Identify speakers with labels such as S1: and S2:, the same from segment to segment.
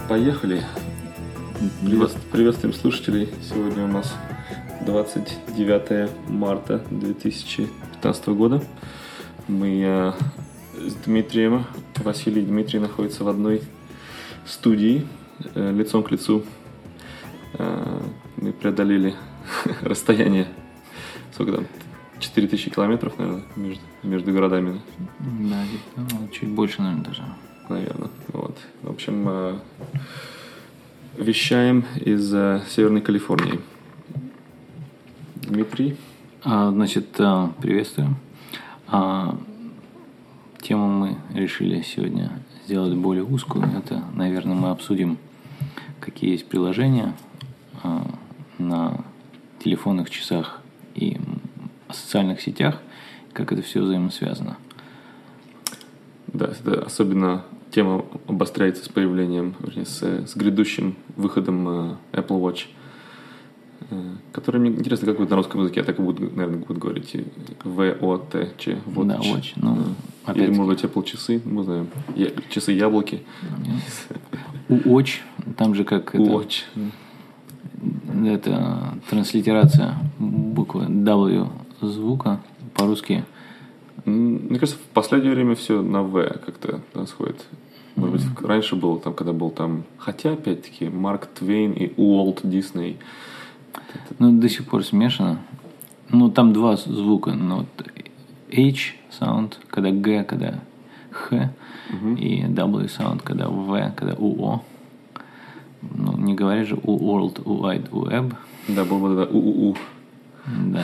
S1: Поехали. Приветствуем слушателей. Сегодня у нас 29 марта 2015 года. Мы с Дмитрием, Василий и Дмитрий находятся в одной студии, лицом к лицу. Мы преодолели расстояние, сколько там, 4000 километров, наверное, между городами.
S2: Да, чуть больше, наверное, даже.
S1: Наверное. Вот. В общем, вещаем из Северной Калифорнии. Дмитрий.
S2: Значит, приветствую. Тему мы решили сегодня сделать более узкую. Это, наверное, мы обсудим, какие есть приложения на телефонных часах и социальных сетях, как это все взаимосвязано.
S1: Да, это особенно тема обостряется с появлением, вернее, с грядущим выходом Apple Watch, который, мне интересно, как будет на русском языке, так и будут, наверное, будут говорить Watch, Watch.
S2: Да, Watch. Ну,
S1: или, может быть, Apple часы, мы знаем, часы яблоки.
S2: Watch, там же как
S1: Watch.
S2: Это транслитерация буквы W звука по-русски.
S1: Мне кажется, в последнее время все на В как-то происходит. Может быть, раньше было, там, когда был там... Хотя, опять-таки, Марк Твейн и Уолт Дисней.
S2: Ну, до сих пор смешано. Ну, там два звука. Ну, вот H sound, когда G, когда Х. И W sound, когда В, когда УО. Ну, не говорят же World, Wide Web.
S1: Да, было бы УУУ.
S2: Да.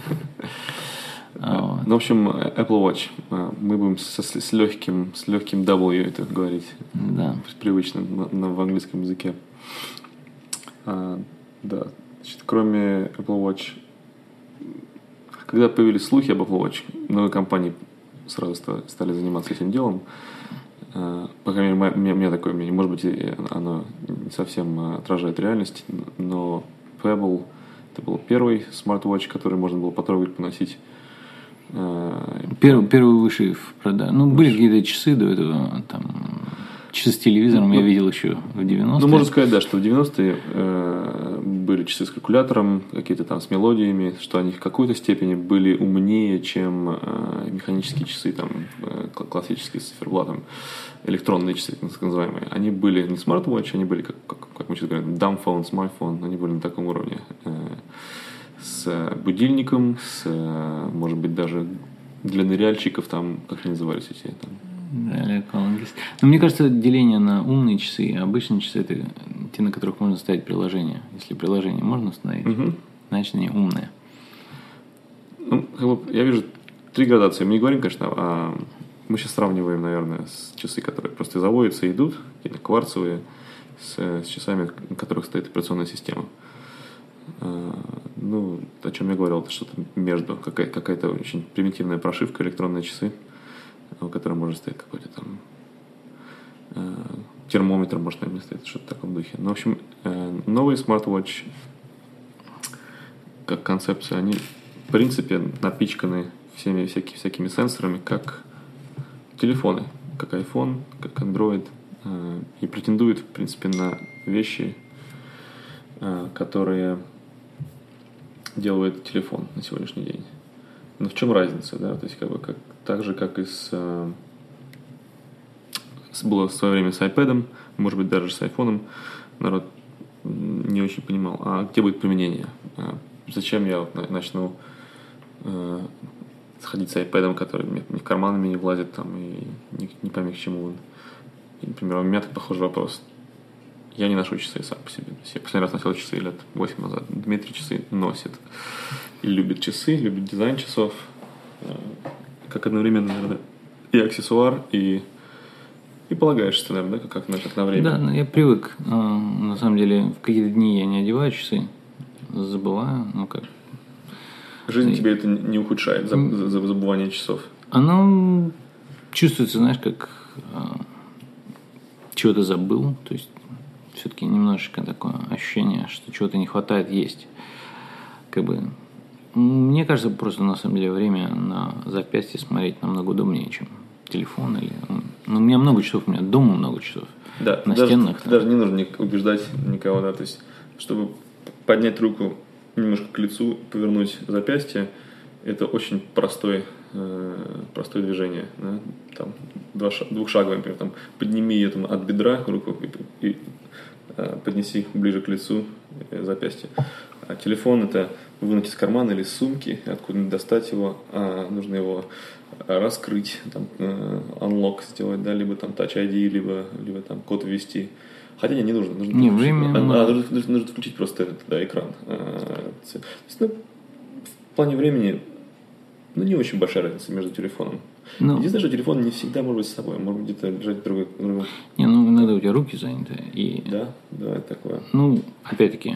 S1: Ну, в общем, Apple Watch. Мы будем с легким W это говорить.
S2: Да.
S1: Привычно в английском языке. Да. Значит, кроме Apple Watch, когда появились слухи об Apple Watch, многие компании сразу стали заниматься этим делом. По крайней мере, у меня такое мнение. Может быть, оно не совсем отражает реальность, но Pebble — это был первый смарт-вотч, который можно было потрогать, поносить.
S2: Первый вышли в продажу. Ну, были какие-то часы до этого, там, часы с телевизором я видел еще в 90-е.
S1: Ну, можно сказать, да, что в 90-е были часы с калькулятором, какие-то там с мелодиями, что они в какой-то степени были умнее, чем механические часы, там, классические с циферблатом, электронные часы, так называемые. Они были не смарт-вотч, они были, как мы сейчас говорим, dumb phone, smartphone, они были на таком уровне. С будильником, может быть, даже для ныряльщиков, там, как они назывались эти там.
S2: Да, но мне кажется, деление на умные часы и обычные часы — это те, на которых можно ставить приложение. Если приложение можно установить, значит, они умные.
S1: Ну, я вижу 3 градации. Мы не говорим, конечно, мы сейчас сравниваем, наверное, с часы, которые просто заводятся и идут, какие-то кварцевые, с часами, на которых стоит операционная система. Ну, о чем я говорил, это что-то между, какая-то очень примитивная прошивка, электронные часы, у которой может стоять какой-то там термометр, может, наверное, стоит, что-то в таком духе. Ну, в общем, новый смарт-вотч, как концепция, они, в принципе, напичканы всякими сенсорами, как телефоны, как iPhone, как Android, и претендуют, в принципе, на вещи, которые делает телефон на сегодняшний день. Но в чем разница, да? То есть, так же, как и было в свое время с iPad, может быть, даже с iPhone, народ не очень понимал, а где будет применение? Зачем я начну ходить с iPad, который мне в карманами не влазит, там, и не пойми к чему он. И, например, у меня так похожий вопрос. Я не ношу часы сам по себе. Я последний раз носил часы лет 8 назад. Дмитрий часы носит. И любит часы, любит дизайн часов. Как одновременно, наверное, и аксессуар, и полагаешься, наверное, да, как на время.
S2: Да, но я привык. На самом деле, в какие-то дни я не одеваю часы. Забываю. Ну как.
S1: Жизнь тебе это не ухудшает, забывание часов?
S2: Оно чувствуется, знаешь, как чего-то забыл. То есть все-таки немножечко такое ощущение, что чего-то не хватает, есть. Как бы, мне кажется, просто на самом деле время на запястье смотреть намного удобнее, чем телефон или Ну, у меня много часов, у меня дома много часов.
S1: Да,
S2: настенных.
S1: Даже не нужно убеждать никого, да, то есть, чтобы поднять руку немножко к лицу, повернуть запястье, это очень простое движение, да? Там двухшаговое, например, там подними ее там от бедра руку и поднеси ближе к лицу запястье. А телефон это вынуть из кармана или из сумки, откуда-нибудь достать его, нужно его раскрыть, там, unlock сделать, да, либо там Touch ID, либо там код ввести. Хотя не нужно.
S2: Не, время.
S1: Нужно включить просто экран. То есть, в плане времени не очень большая разница между телефоном. Единственное, что телефон не всегда может быть с собой, может быть где-то лежать в другом.
S2: Не, иногда у тебя руки заняты. И...
S1: Да, это такое.
S2: Опять-таки,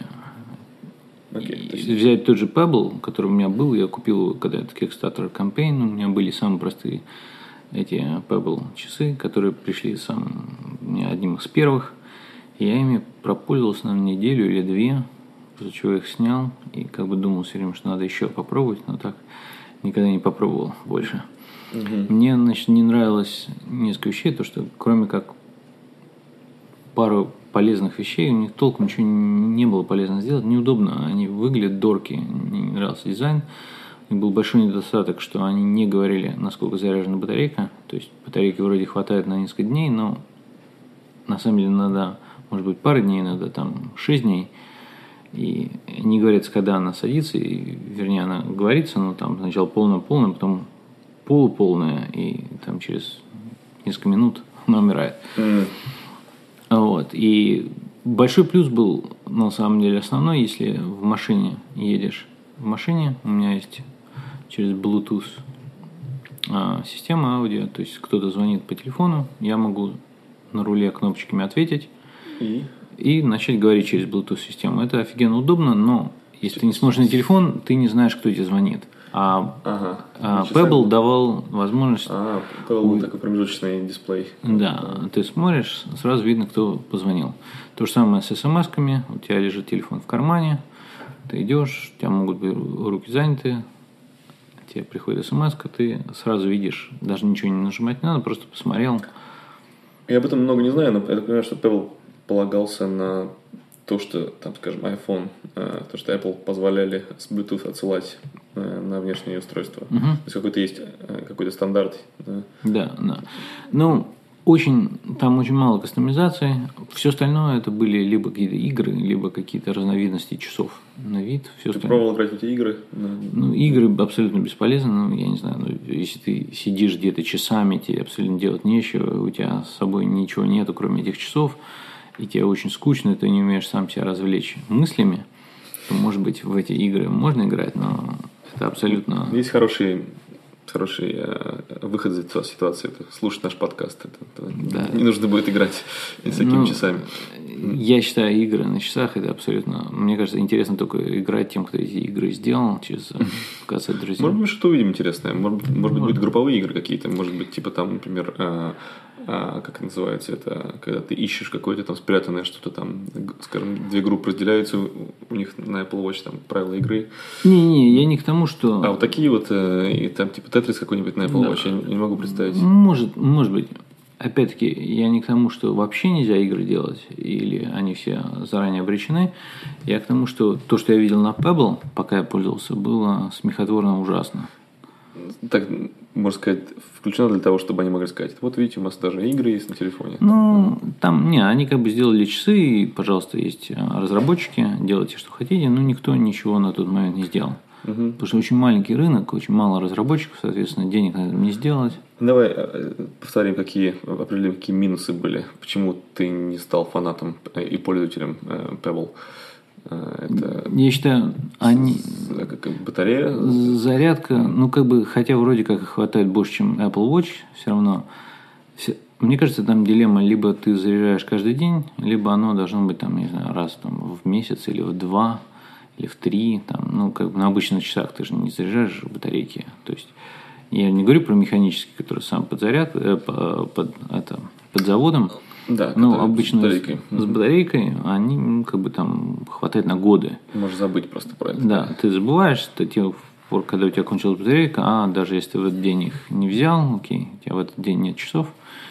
S2: взять тот же Pebble, который у меня был, я купил его, когда это Kickstarter кампейн, у меня были самые простые эти Pebble часы, которые пришли одним из первых. И я ими пропользовался, наверное, неделю или две, после чего я их снял, и думал все время, что надо еще попробовать, но так никогда не попробовал больше. Мне, не нравилось несколько вещей, то что кроме как пару полезных вещей, у них толком ничего не было полезно сделать, неудобно, они выглядят дорки, мне не нравился дизайн. У них был большой недостаток, что они не говорили, насколько заряжена батарейка, то есть батарейки вроде хватает на несколько дней, но на самом деле надо, может быть, пару дней, надо 6 дней, и не говорится, когда она садится, вернее, она говорится, но там сначала полная-полная, потом полуполная, и там через несколько минут она умирает. И большой плюс был, на самом деле, основной, если в машине едешь. В машине у меня есть через Bluetooth система аудио, то есть кто-то звонит по телефону, я могу на руле кнопочками ответить и начать говорить через Bluetooth-систему. Это офигенно удобно, но если ты не смотришь на телефон, ты не знаешь, кто тебе звонит. Pebble давал возможность...
S1: Pebble такой промежуточный дисплей.
S2: Да, ты смотришь, сразу видно, кто позвонил. То же самое с смс-ками. У тебя лежит телефон в кармане, ты идешь, у тебя могут быть руки заняты, тебе приходит смс-ка, ты сразу видишь, даже ничего не нажимать не надо, просто посмотрел.
S1: Я об этом много не знаю, но я понимаю, что Pebble полагался на то, что, там, скажем, iPhone, то, что Apple позволяли с Bluetooth отсылать на внешние устройства. То есть есть какой-то стандарт.
S2: Да. Там очень мало кастомизации. Все остальное это были либо какие-то игры, либо какие-то разновидности часов на вид. Ты
S1: пробовал играть в эти игры?
S2: Игры абсолютно бесполезны. Я не знаю, если ты сидишь где-то часами, тебе абсолютно делать нечего, у тебя с собой ничего нету, кроме этих часов, и тебе очень скучно, и ты не умеешь сам себя развлечь мыслями, то, может быть, в эти игры можно играть, но это абсолютно...
S1: Есть хороший выход из этой ситуации, это слушать наш подкаст. Да. Не нужно будет играть с такими часами.
S2: Я считаю, игры на часах это абсолютно... Мне кажется, интересно только играть тем, кто эти игры сделал, через показать друзьям.
S1: Может быть, что-то увидим интересное. Может быть, будут групповые игры какие-то. Может быть, типа там, например, как называется это, когда ты ищешь какое-то там спрятанное что-то там, скажем, две группы разделяются, у них на Apple Watch там правила игры.
S2: Не, я не к тому, что...
S1: вот такие вот, и там типа Tetris какой-нибудь на Apple Watch, я не могу представить.
S2: Может быть. Опять-таки, я не к тому, что вообще нельзя игры делать, или они все заранее обречены. Я к тому, что то, что я видел на Pebble, пока я пользовался, было смехотворно ужасно.
S1: Так, можно сказать, включено для того, чтобы они могли сказать, вот видите, у нас даже игры есть на телефоне.
S2: Они сделали часы, и, пожалуйста, есть разработчики, делайте, что хотите, но никто ничего на тот момент не сделал. Потому что очень маленький рынок, очень мало разработчиков, соответственно, денег на этом не сделать.
S1: Давай повторим, определим, какие минусы были. Почему ты не стал фанатом и пользователем Pebble?
S2: Я считаю,
S1: батарея?
S2: Зарядка, хотя вроде как и хватает больше, чем Apple Watch, все равно. Мне кажется, там дилемма, либо ты заряжаешь каждый день, либо оно должно быть раз в месяц или в 2, или в 3, на обычных часах ты же не заряжаешь батарейки. То есть я не говорю про механический, который сам под заряд, под заводом.
S1: Да,
S2: обычно с батарейкой они хватает на годы.
S1: Можешь забыть просто про это.
S2: Да, ты забываешь, когда у тебя кончилась батарейка, даже если ты в этот день их не взял, окей, у тебя в этот день нет часов,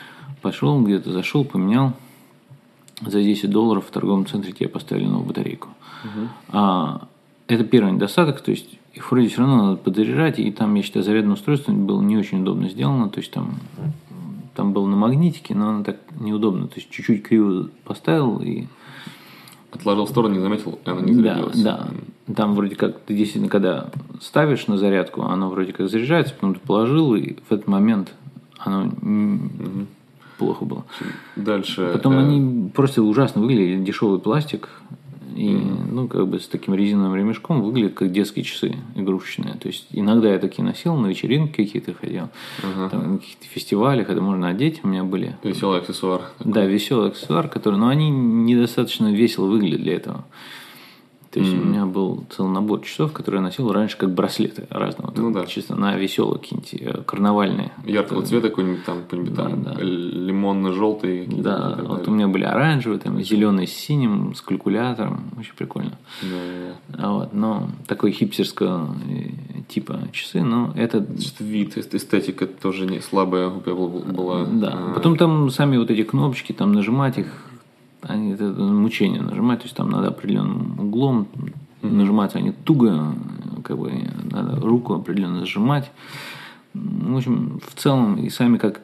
S2: пошел где-то, зашел, поменял. За $10 в торговом центре тебе поставили новую батарейку. Это первый недостаток, то есть их вроде все равно надо подзаряжать, и там, я считаю, зарядное устройство было не очень удобно сделано, то есть там было на магнитике, но оно так неудобно, то есть чуть-чуть криво поставил и...
S1: Отложил в сторону, не заметил, и оно не зарядилось.
S2: Да. Там вроде как ты действительно, когда ставишь на зарядку, оно вроде как заряжается, потом ты положил, и в этот момент оно плохо было.
S1: Дальше.
S2: Потом они просто ужасно выглядели, дешевый пластик, и как бы с таким резиновым ремешком выглядят как детские часы игрушечные. То есть иногда я такие носил, на вечеринки какие-то ходил, там, на каких-то фестивалях, это можно одеть, у меня были.
S1: Веселый аксессуар.
S2: Да, веселый аксессуар, который, но они недостаточно весело выглядят для этого. То есть у меня был целый набор часов, которые я носил раньше как браслеты разного. Чисто на веселые какие-нибудь карнавальные.
S1: Яркого цвета какой-нибудь там лимонно-желтый.
S2: Да, вот у меня были оранжевые, там зеленый с синим, с калькулятором. Очень прикольно. Но такой хипстерского типа часы, но это...
S1: Вид, эстетика тоже не слабая у Pebble была.
S2: Да, потом там сами вот эти кнопочки, там нажимать их, это мучение нажимать, то есть там надо определенным углом нажимать, они туго, как бы надо руку определенно сжимать. В общем, в целом, и сами как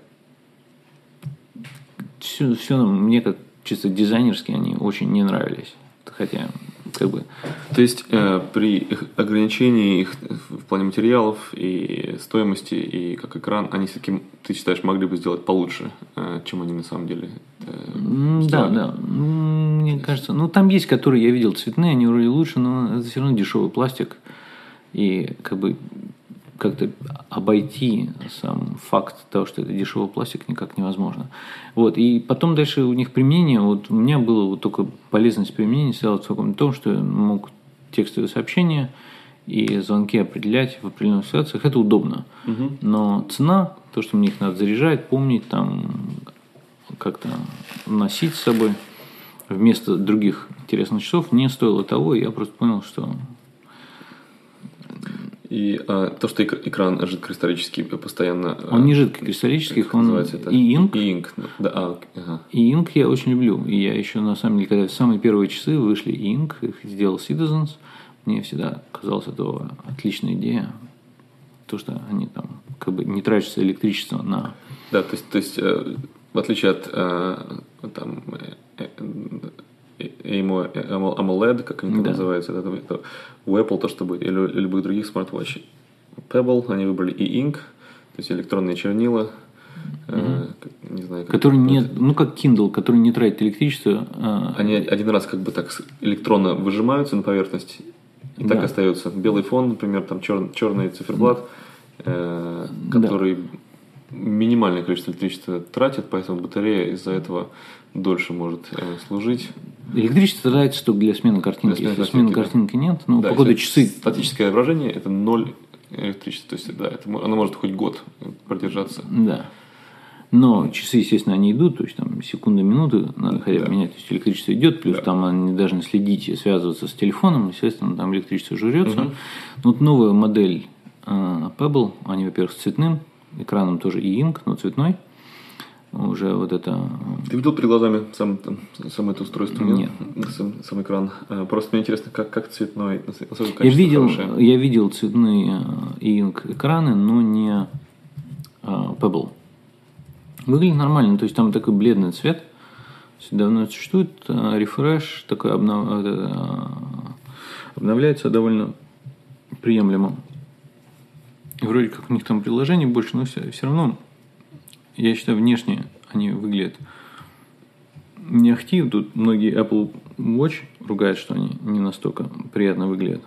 S2: все мне как чисто дизайнерски они очень не нравились. Хотя, как бы...
S1: То есть, при их ограничении их в плане материалов и стоимости, и как экран, они все-таки, ты считаешь, могли бы сделать получше, чем они на самом деле сделали?
S2: Да. Мне кажется, там есть, которые я видел цветные, они вроде лучше, но это все равно дешевый пластик. И как-то обойти сам факт того, что это дешевый пластик, никак невозможно. И потом дальше у них применение, у меня было только полезность применения состояла в том, что я мог текстовые сообщения и звонки определять в определенных ситуациях, это удобно. Но цена, то, что мне их надо заряжать, помнить, там как-то носить с собой вместо других интересных часов, не стоило того, и я просто понял, что...
S1: И то, что экран жидкокристаллический постоянно...
S2: Он не жидкокристаллический, он e-ink.
S1: E-ink, да.
S2: E-ink я очень люблю. И я еще, на самом деле, когда самые первые часы вышли e-ink, их сделал Citizens, мне всегда казалось, это отличная идея. То, что они там как бы не тратятся электричество на...
S1: Да, то есть в отличие от там... AMOLED, как они там называются, это у Apple то, что будет, или любых других смарт-вотчей. Pebble, они выбрали e-ink, то есть электронные чернила, не знаю, как
S2: который как Kindle, который не тратит электричество.
S1: Они один раз как бы так электронно выжимаются на поверхность, и так остается белый фон, например, там черный циферблат, который минимальное количество электричества тратит, поэтому батарея из-за этого дольше может служить.
S2: Электричество тратится только для смены картинки. Если смены картинки нет, по ходу часы...
S1: Статическое отображение – это 0 электричества. То есть, оно может хоть год продержаться.
S2: Да. Но часы, естественно, они идут, то есть там секунды, минуты надо хотя бы менять. То есть электричество идет, плюс там они должны следить и связываться с телефоном, естественно, там электричество жрется. Новая модель Pebble, они, во-первых, с цветным экраном, тоже e-ink, но цветной. Уже это...
S1: Ты видел перед глазами сам это устройство?
S2: Нет.
S1: Сам экран. Просто мне интересно, как цветной, насколько
S2: я видел цветные e-ink экраны, но не Pebble. Выглядит нормально, то есть там такой бледный цвет. Давно существует рефреш, такой обновляется довольно приемлемо. Вроде как у них там приложений больше, но все равно, я считаю, внешне они выглядят не ахти. Тут многие Apple Watch ругают, что они не настолько приятно выглядят.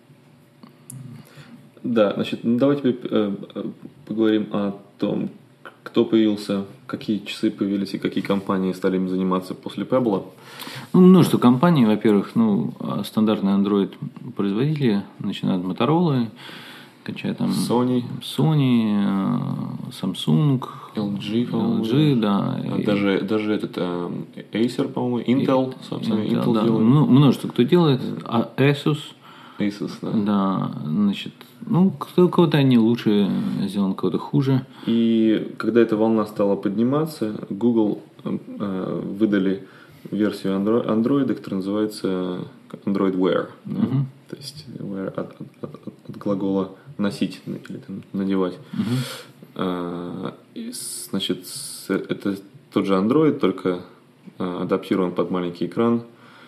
S1: Да, значит, давай теперь поговорим о том, кто появился, какие часы появились и какие компании стали им заниматься после Pebble.
S2: Множество компаний. Во-первых, стандартные Android-производители, начиная от Motorola, кончая там
S1: Sony,
S2: Samsung, LG, да.
S1: Даже этот Acer, по-моему, Intel, собственно, Intel
S2: да.
S1: делает.
S2: Множество кто делает. Asus,
S1: Asus, да.
S2: Да, значит, ну, кого-то они лучше сделаны, кого-то хуже.
S1: И когда эта волна стала подниматься, Google выдали версию Android, которая называется Android Wear. Да? То есть wear от глагола носить или там, надевать. И, значит, это тот же Android, только адаптирован под маленький экран.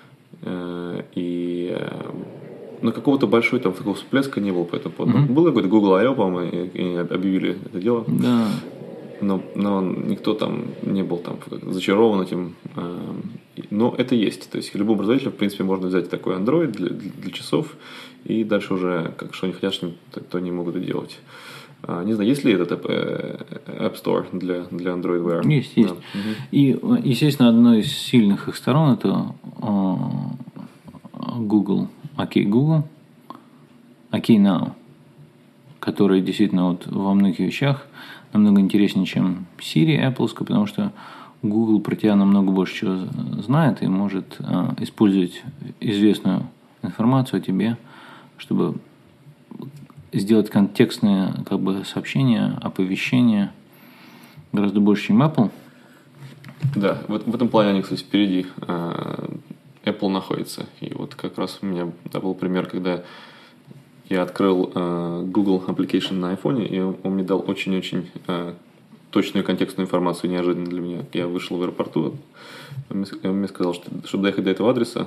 S1: И какого-то большой там такого всплеска не было по этому поводу. Был какой-то Google I.O., по-моему, и объявили это дело.
S2: Да.
S1: Но никто там не был там зачарован этим. Но это есть. То есть любому производителю, в принципе, можно взять такой Android для часов, и дальше уже, что они хотят, то они могут и делать. Не знаю, есть ли этот App Store для Android Wear?
S2: Есть. Да. И, естественно, одной из сильных их сторон это Google, Google, Now, который действительно вот во многих вещах намного интереснее, чем Siri Apple'ская, потому что Google про тебя намного больше чего знает и может использовать известную информацию о тебе, чтобы сделать контекстные сообщения, оповещения гораздо больше, чем Apple.
S1: Да, в этом плане они, кстати, впереди Apple находится. И вот как раз у меня был пример, когда я открыл Google Application на iPhone, и он мне дал очень-очень точную контекстную информацию, неожиданно для меня. Я вышел в аэропорту, он мне сказал, что чтобы доехать до этого адреса,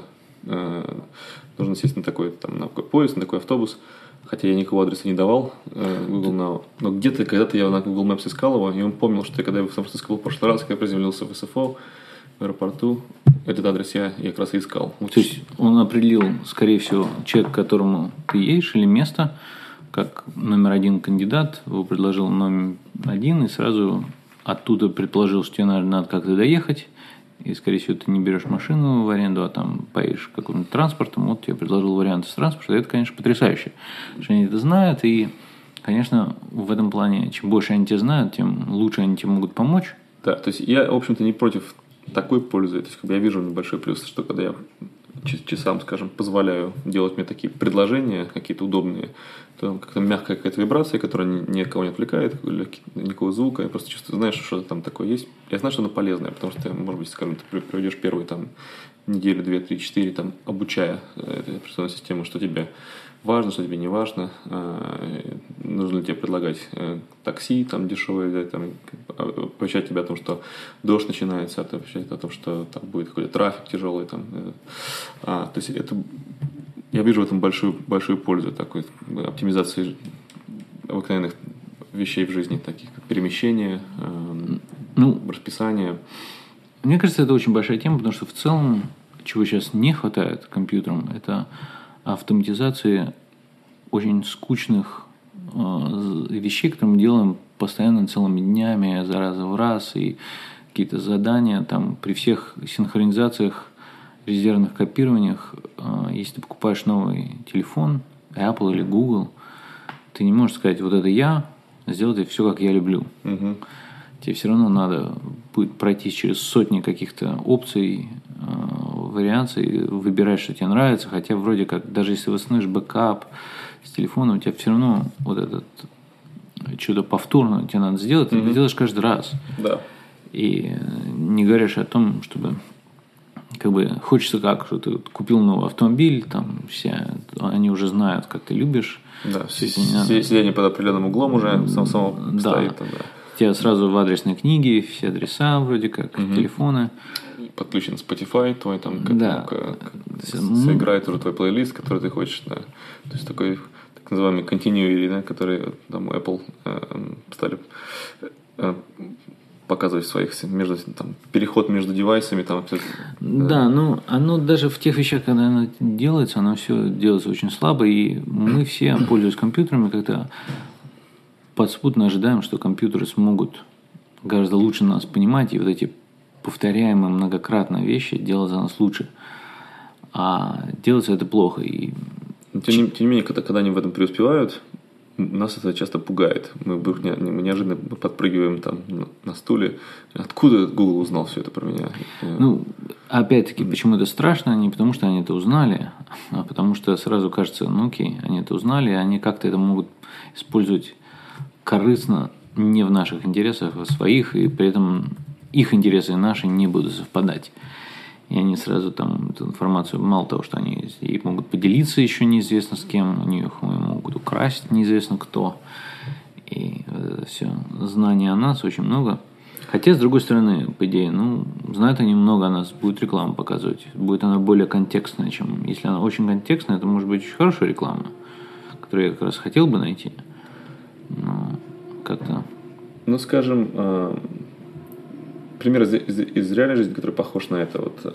S1: нужно сесть на такой поезд, на такой автобус. Хотя я никакого адреса не давал Google Now. Но где-то, когда-то я на Google Maps искал его, и он помнил, что когда я в Сан-Франциско был в прошлый раз, когда я приземлился в СФО, в аэропорту, этот адрес я как раз и искал.
S2: То есть он определил, скорее всего, человек, к которому ты едешь, или место, как номер один кандидат, его предложил номер один, и сразу оттуда предположил, что тебе, наверное, надо как-то доехать. И, скорее всего, ты не берешь машину в аренду, а там поедешь каким-то транспортом. Вот тебе предложил вариант с транспортом. Это, конечно, потрясающе, что они это знают. И, конечно, в этом плане, чем больше они тебя знают, тем лучше они тебе могут помочь.
S1: Да, то есть я, в общем-то, не против такой пользы. То есть я вижу небольшой плюс, что когда я часам, скажем, позволяю делать мне такие предложения какие-то удобные, то как-то мягкая какая-то вибрация, которая никого не отвлекает, никакого звука, я просто чувствую, знаешь, что там такое есть. Я знаю, что оно полезное, потому что, может быть, скажем, ты проведешь первые неделю, 2, 3, 4, обучая эту операционную систему, что тебе важно, что тебе не важно, нужно ли тебе предлагать такси дешевое взять, оповещать тебя о том, что дождь начинается, оповещать о том, что там будет какой-то трафик тяжелый. То есть это, я вижу в этом большую пользу такой оптимизации обыкновенных вещей в жизни, таких как перемещение, расписание.
S2: Мне кажется, это очень большая тема, потому что в целом, чего сейчас не хватает компьютерам, это автоматизации очень скучных вещей, которые мы делаем постоянно целыми днями, за раз в раз, и какие-то задания при всех синхронизациях, резервных копированиях. Если ты покупаешь новый телефон, Apple или Google, ты не можешь сказать, вот это я, сделайте все, как я люблю.
S1: Угу.
S2: Тебе все равно надо будет пройти через сотни каких-то опций, вариаций, выбирать, что тебе нравится, хотя вроде как, даже если восстановишь бэкап с телефона, у тебя все равно вот этот что-то повторно тебе надо сделать, ты это делаешь каждый раз.
S1: Да.
S2: И не говоришь о том, чтобы хочется что ты купил новый автомобиль, они уже знают, как ты любишь.
S1: Да, сидение под определенным углом уже само стоит. Да.
S2: У тебя сразу в адресной книге все адреса вроде как, телефоны.
S1: Подключен Spotify твой, сыграет уже твой плейлист, который ты хочешь, да. То есть такой так называемый continuity, да, который Apple стали показывать в своих переход между девайсами.
S2: Да, оно даже в тех вещах, когда оно делается, оно все делается очень слабо, и мы все, пользуясь компьютерами, как-то подспудно ожидаем, что компьютеры смогут гораздо лучше нас понимать, и вот эти повторяемые многократно вещи делать за нас лучше. А делается это плохо. И
S1: Тем не менее, когда они в этом преуспевают, нас это часто пугает. Мы неожиданно подпрыгиваем там на стуле. Откуда Google узнал все это про меня?
S2: Ну, опять-таки, почему это страшно? Не потому, что они это узнали, а потому что сразу кажется, ну окей, они это узнали, они как-то это могут использовать корыстно, не в наших интересах, а в своих, и при этом их интересы и наши не будут совпадать. И они сразу там эту информацию, мало того, что они ей могут поделиться еще неизвестно с кем, у них могут украсть неизвестно кто. И все, знаний о нас очень много. Хотя, с другой стороны, по идее, знают они много о нас, будет рекламу показывать. Будет она более контекстная, чем... Если она очень контекстная, это может быть очень хорошая реклама, которую я как раз хотел бы найти. Но как-то...
S1: Ну, скажем... Пример из реальной жизни, который похож на это. Вот,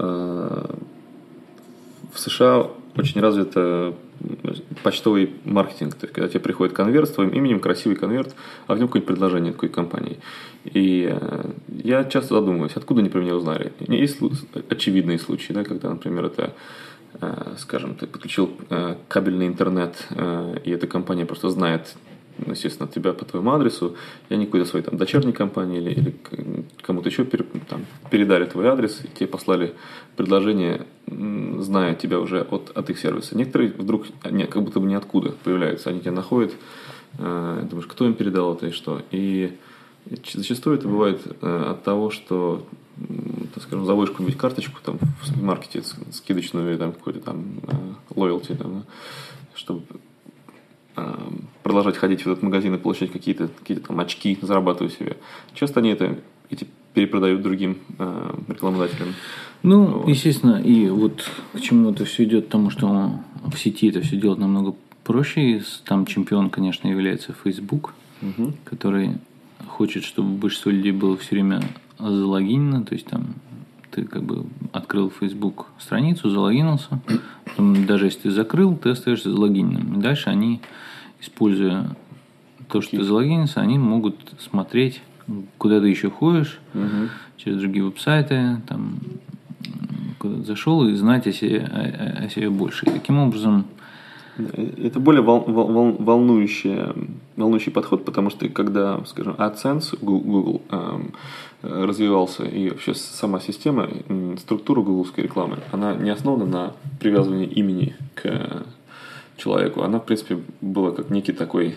S1: в США очень развит почтовый маркетинг. То есть, когда тебе приходит конверт с твоим именем, красивый конверт, а в нем какое-нибудь предложение от какой-то компании. И я часто задумываюсь, откуда они про меня узнали. Есть очевидные случаи, да, когда, например, это, скажем, ты подключил кабельный интернет, и эта компания просто знает, естественно, от тебя по твоему адресу, и они какой-то своей там дочерней компании или кому-то еще передали твой адрес, и тебе послали предложение, зная тебя уже от их сервиса. Некоторые вдруг как будто бы ниоткуда появляются, они тебя находят, думаешь, кто им передал это и что. И зачастую это бывает от того, что, так скажем, заводишь какую-нибудь карточку там, в супермаркете скидочную или там какой-то там loyalty, там, чтобы продолжать ходить в этот магазин и получать какие-то там очки, зарабатывать себе. Часто они эти перепродают другим рекламодателям.
S2: Ну, вот. Естественно, и вот к чему это все идет, потому что в сети это все делать намного проще. И там чемпион, конечно, является Facebook, который хочет, чтобы большинство людей было все время залогинено, то есть там ты как бы открыл Facebook страницу, залогинился, потом даже если ты закрыл, ты остаешься залогиненным. И дальше они, используя то, что ты залогинился, они могут смотреть, куда ты еще ходишь, через другие веб-сайты, там, куда ты зашел, и знать о себе больше. И таким образом...
S1: Это более волнующий подход, потому что когда, скажем, AdSense Google развивался, и вообще сама система, структура гугловской рекламы, она не основана на привязывании имени к человеку. Она, в принципе, была как некий такой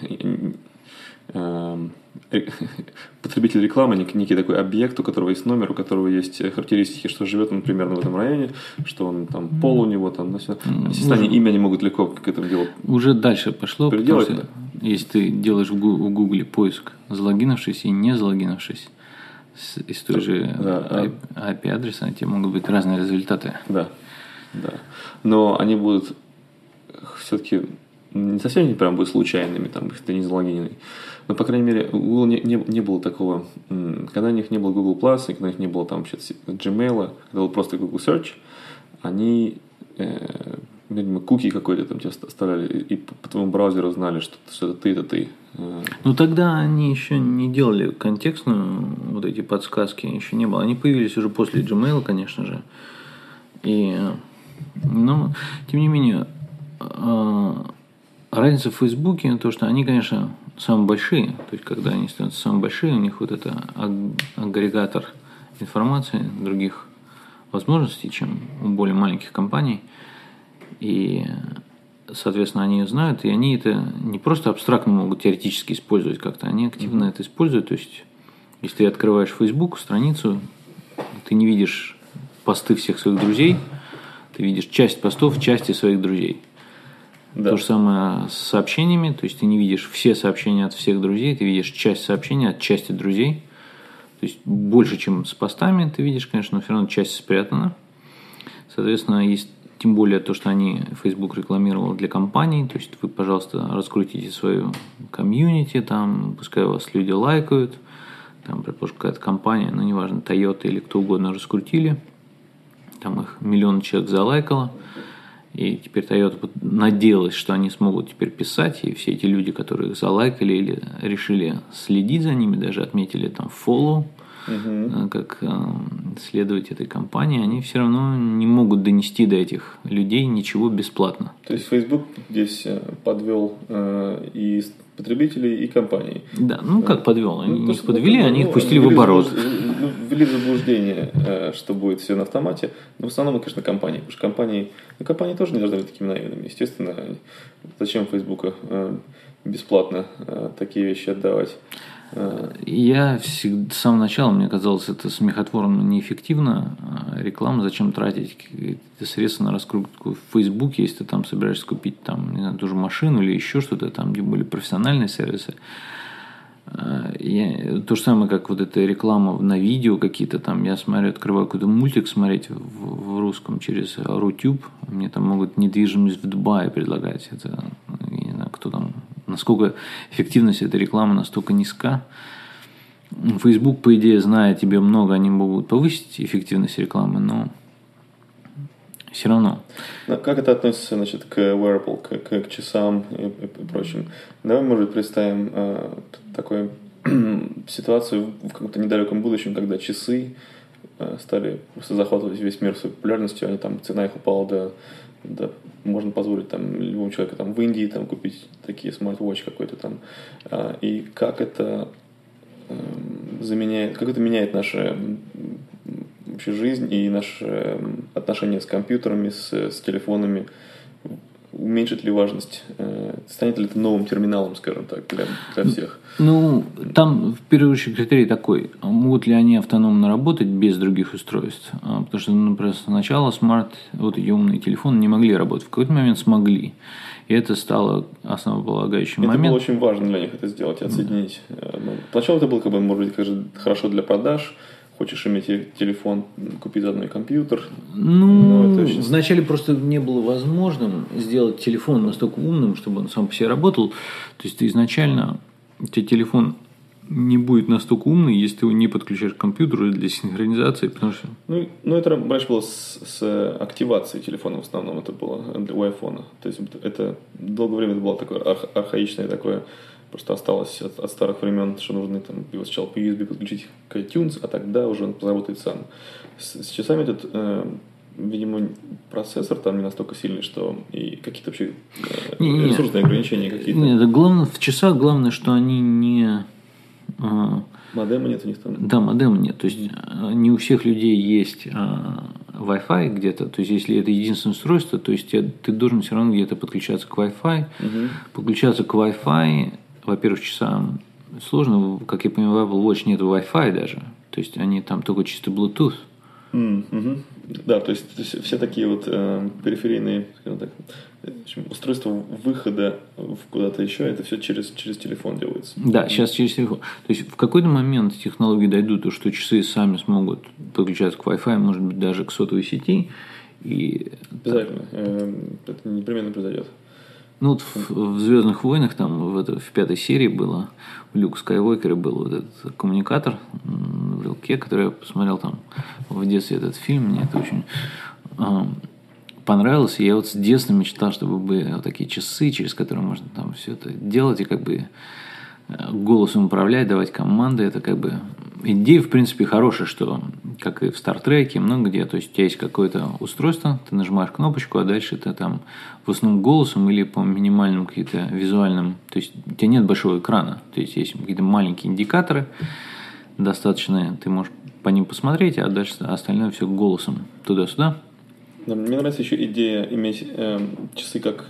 S1: потребитель рекламы, некий такой объект, у которого есть номер, у которого есть характеристики, что живет он примерно в этом районе, что он там пол у него там, естественно, имя они могут легко к этому делу.
S2: Уже дальше пошло, потому что если ты делаешь в Гугле поиск, залогинившись и не залогинившись, из той же IP-адреса, тебе могут быть разные результаты.
S1: Да. Но они будут все-таки не совсем не прям будут случайными, там, если ты не залогиненный. Но, по крайней мере, у Google не было такого, когда у них не было Google+, и когда у них не было там вообще Gmail, когда был просто Google Search, они, видимо, куки какой-то там тебе оставляли, и по твоему браузеру знали, что это ты.
S2: Ну, тогда они еще не делали контекстную, вот эти подсказки еще не было. Они появились уже после Gmail, конечно же. Но, тем не менее, разница в Фейсбуке, то, что они, конечно, самые большие. То есть, когда они становятся самые большие, у них вот это агрегатор информации, других возможностей, чем у более маленьких компаний. И, соответственно, они ее знают, и они это не просто абстрактно могут теоретически использовать как-то, они активно это используют. То есть, если ты открываешь Facebook, страницу, ты не видишь посты всех своих друзей, ты видишь часть постов в части своих друзей. Да. То же самое с сообщениями, то есть ты не видишь все сообщения от всех друзей, ты видишь часть сообщений от части друзей. То есть больше, чем с постами ты видишь, конечно, но все равно часть спрятана. Соответственно, есть тем более то, что Facebook рекламировал для компаний, то есть вы, пожалуйста, раскрутите свою комьюнити, там, пускай вас люди лайкают, там, предположим, какая-то компания, ну, неважно, Toyota или кто угодно раскрутили, там их 1 миллион человек залайкало, и теперь Toyota надеялась, что они смогут теперь писать, и все эти люди, которые их залайкали или решили следить за ними, даже отметили там follow, как следовать этой компании, они все равно не могут донести до этих людей ничего бесплатно.
S1: То есть Facebook здесь подвел и потребителей и компаний.
S2: Да, ну как подвел? Они их подвели, они их пустили в оборот.
S1: Ввели в заблуждение, что будет все на автомате. Но в основном, конечно, компании. Потому что компании тоже не должны быть такими наивными. Естественно, зачем Фейсбуку бесплатно такие вещи отдавать?
S2: Я всегда, с самого начала, мне казалось, это смехотворно неэффективно. Реклама, зачем тратить какие-то средства на раскрутку в Фейсбуке, если ты там собираешься купить там, не знаю, ту же машину или еще что-то, там, где были профессиональные сервисы. То же самое, как вот эта реклама на видео какие-то там. Я смотрю, открываю какой-то мультик смотреть в русском через Рутюб. Мне там могут недвижимость в Дубае предлагать. Это, я не знаю, кто там, насколько эффективность этой рекламы настолько низка. Facebook, по идее, зная тебе много, они могут повысить эффективность рекламы, но все равно.
S1: Как это относится, значит, к wearable, к часам и прочим? Давай, может быть, представим такую ситуацию в каком-то недалеком будущем, когда часы стали просто захватывать весь мир своей популярностью, они там, цена их упала до можно позволить там любому человеку там в Индии там купить такие смарт-вотч какой-то там. И как это меняет нашу вообще жизнь и наше отношение с компьютерами, с телефонами, уменьшит ли важность, станет ли это новым терминалом, скажем так, для всех?
S2: Ну, там в первую очередь критерий такой, могут ли они автономно работать без других устройств, потому что, например, сначала вот эти умные телефоны не могли работать, в какой-то момент смогли, и это стало основополагающим моментом.
S1: Это было очень важно для них это сделать, отсоединить. Поначалу это было, может быть, хорошо для продаж. Хочешь иметь телефон, купи заодно и компьютер.
S2: Вначале просто не было возможным сделать телефон настолько умным, чтобы он сам по себе работал. То есть, изначально у тебя телефон не будет настолько умный, если ты его не подключаешь к компьютеру для синхронизации, потому что...
S1: это раньше было с активацией телефона в основном, это было у айфона. То есть, это долгое время это было такое архаичное такое... Просто осталось от старых времен, что нужно там, его сначала по USB подключить к iTunes, а тогда уже он заработает сам. С часами этот, видимо, процессор там не настолько сильный, что и какие-то вообще ресурсные ограничения какие-то.
S2: Нет, в часах главное, что они не...
S1: Модема нет у них там?
S2: Да, модема нет. То есть, не у всех людей есть Wi-Fi где-то. То есть, если это единственное устройство, то есть, ты должен все равно где-то подключаться к Wi-Fi. Подключаться к Wi-Fi... Во-первых, часам сложно, как я понимаю, в Apple Watch нет Wi-Fi даже. То есть, они там только чисто Bluetooth.
S1: Да, то есть, все такие вот периферийные, скажем так, устройства выхода куда-то еще, это все через телефон делается.
S2: Да, сейчас через телефон. То есть, в какой-то момент технологии дойдут, что часы сами смогут подключаться к Wi-Fi, может быть, даже к сотовой сети.
S1: Обязательно. Это непременно произойдет.
S2: Ну, вот в «Звездных войнах», там, в 5-й серии было, у Люка Скайуокера был вот этот коммуникатор в Вилке, который я посмотрел там в детстве этот фильм, мне это очень понравилось. И я вот с детства мечтал, чтобы были вот такие часы, через которые можно там все это делать и как бы голосом управлять, давать команды. Это как бы идея, в принципе, хорошая, что, как и в Стартреке, много где, то есть у тебя есть какое-то устройство, ты нажимаешь кнопочку, а дальше ты там в основном голосом или по минимальным каким-то визуальным, то есть у тебя нет большого экрана, то есть есть какие-то маленькие индикаторы достаточные, ты можешь по ним посмотреть, а дальше остальное все голосом туда-сюда.
S1: Да, мне нравится еще идея иметь часы как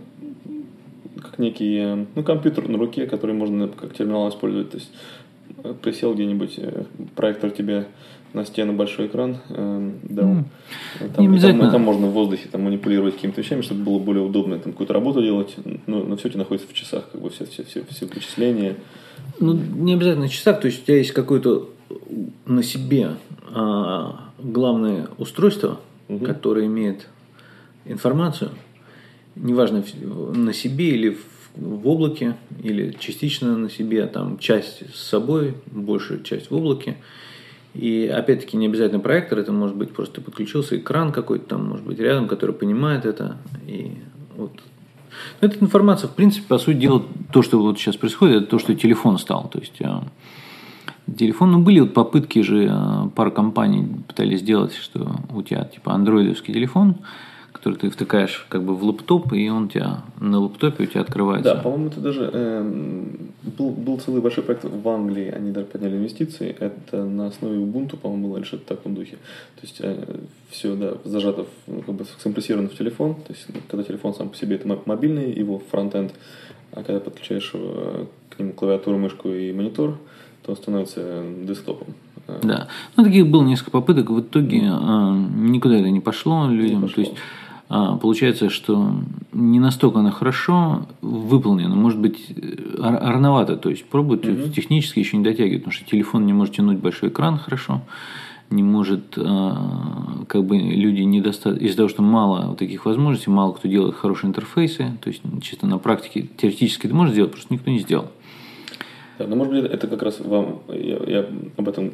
S1: некий компьютер на руке, который можно как терминал использовать. То есть присел где-нибудь, проектор тебе на стену большой экран дал. Там можно в воздухе там, манипулировать какими-то вещами, чтобы было более удобно там, какую-то работу делать, но все это находится в часах, как бы все вычисления.
S2: Не обязательно в часах, то есть у тебя есть какое-то на себе главное устройство, которое имеет информацию, неважно на себе или в облаке, или частично на себе, там часть с собой, большая часть в облаке. И опять-таки не обязательно проектор, это может быть просто подключился экран какой-то там, может быть, рядом, который понимает это. И вот. Но эта информация, в принципе, по сути дела, то, что вот сейчас происходит, это то, что телефон стал. То есть телефон, были вот попытки же, пара компаний пытались сделать, что у тебя типа андроидовский телефон, который ты втыкаешь как бы в лэптоп, и он на лэптопе у тебя открывается.
S1: Да, по-моему, это даже был целый большой проект в Англии, они даже подняли инвестиции, это на основе Ubuntu, по-моему, было или что-то в таком духе. То есть все, да, зажато, как бы скомпрессировано в телефон, то есть когда телефон сам по себе это мобильный, его фронтенд, а когда подключаешь к нему клавиатуру, мышку и монитор, то он становится десктопом.
S2: Да. Ну, таких было несколько попыток, в итоге никуда это не пошло людям. То есть получается, что не настолько она хорошо выполнена, может быть, рановато, то есть пробуют, технически еще не дотягивают, потому что телефон не может тянуть большой экран хорошо, не может, как бы люди недостаточно, из-за того, что мало вот таких возможностей, мало кто делает хорошие интерфейсы, то есть чисто на практике теоретически это может сделать, просто никто не сделал.
S1: Да, но может быть это как раз вам, я об этом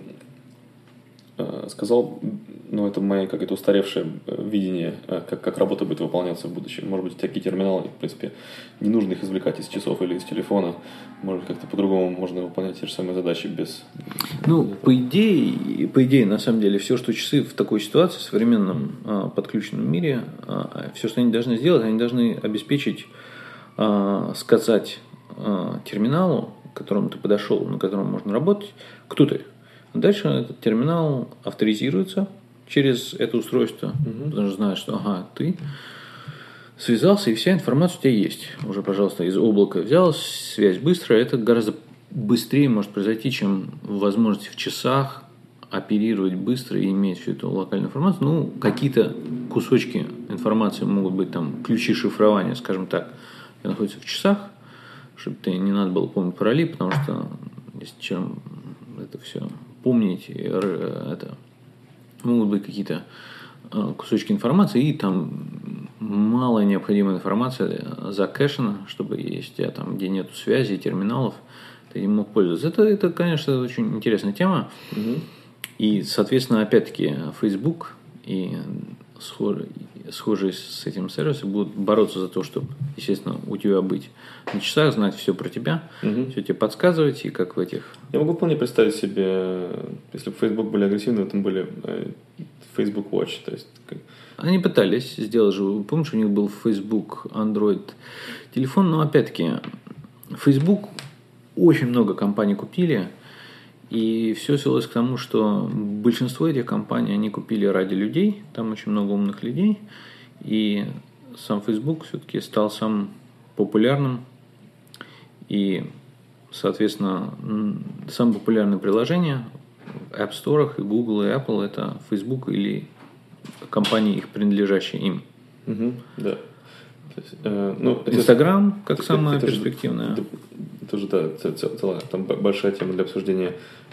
S1: сказал, но это мое какое-то устаревшее видение, как работа будет выполняться в будущем. Может быть, такие терминалы, в принципе, не нужно их извлекать из часов или из телефона. Может быть, как-то по-другому можно выполнять те же самые задачи без...
S2: Ну, по идее, на самом деле, все, что часы в такой ситуации, в современном подключенном мире, все, что они должны сделать, они должны обеспечить, сказать терминалу, к которому ты подошел, на котором можно работать, кто ты. Дальше этот терминал авторизируется через это устройство, потому что знает, что ты связался, и вся информация у тебя есть. Уже, пожалуйста, из облака взял, связь быстрая, это гораздо быстрее может произойти, чем возможности в часах оперировать быстро и иметь всю эту локальную информацию. Ну, какие-то кусочки информации могут быть, там, ключи шифрования, скажем так, находятся в часах, чтобы ты не надо было помнить пароли, потому что если чем это все помнить, это могут быть какие-то кусочки информации, и там малая необходимая информация закэшена, чтобы если у тебя там, где нету связи и терминалов, ты не мог пользоваться. Это, конечно, очень интересная тема. И, соответственно, опять-таки, Facebook и схожие с этим сервисы будут бороться за то, чтобы, естественно, у тебя быть на часах, знать все про тебя, все тебе подсказывать, и как в этих...
S1: Я могу вполне представить себе, если бы Facebook были агрессивны, там были Facebook Watch, то есть...
S2: Они пытались сделать же, помнишь, у них был Facebook, Android телефон, но опять-таки, Facebook очень много компаний купили, и все свелось к тому, что большинство этих компаний они купили ради людей, там очень много умных людей, и сам Facebook все-таки стал самым популярным, и, соответственно, самые популярные приложения в App Store, и Google, и Apple, это Facebook или компании, их принадлежащие им.
S1: Да.
S2: Инстаграм как самая перспективная.
S1: Это же, да, целая там большая тема для обсуждения,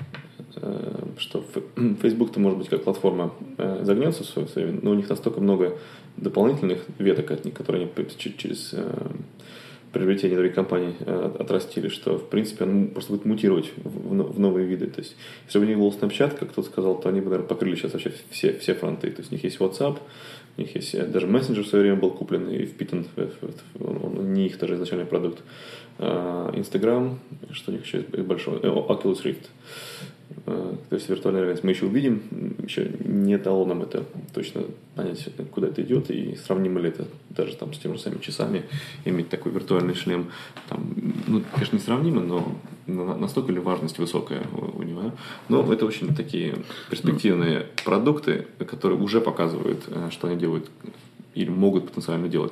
S1: что Facebook-то, может быть, как платформа загнется в свое время, но у них настолько много дополнительных веток от них, которые они через приобретение других компаний отрастили, что, в принципе, он просто будет мутировать в новые виды. То есть, если бы у них был Snapchat, как кто-то сказал, то они бы, наверное, покрыли сейчас вообще все фронты. То есть, у них есть WhatsApp, у них есть даже мессенджер в свое время был куплен и впитан, он не их даже изначальный продукт. Instagram, что у них еще есть большой, Oculus Rift. То есть виртуальная реальность мы еще увидим, еще не дало нам это точно понять, куда это идет, и сравнимо ли это даже там с теми же самыми часами, иметь такой виртуальный шлем. Там, конечно, несравнимо, но настолько ли важность высокая у него. Но это очень такие перспективные продукты, которые уже показывают, что они делают или могут потенциально делать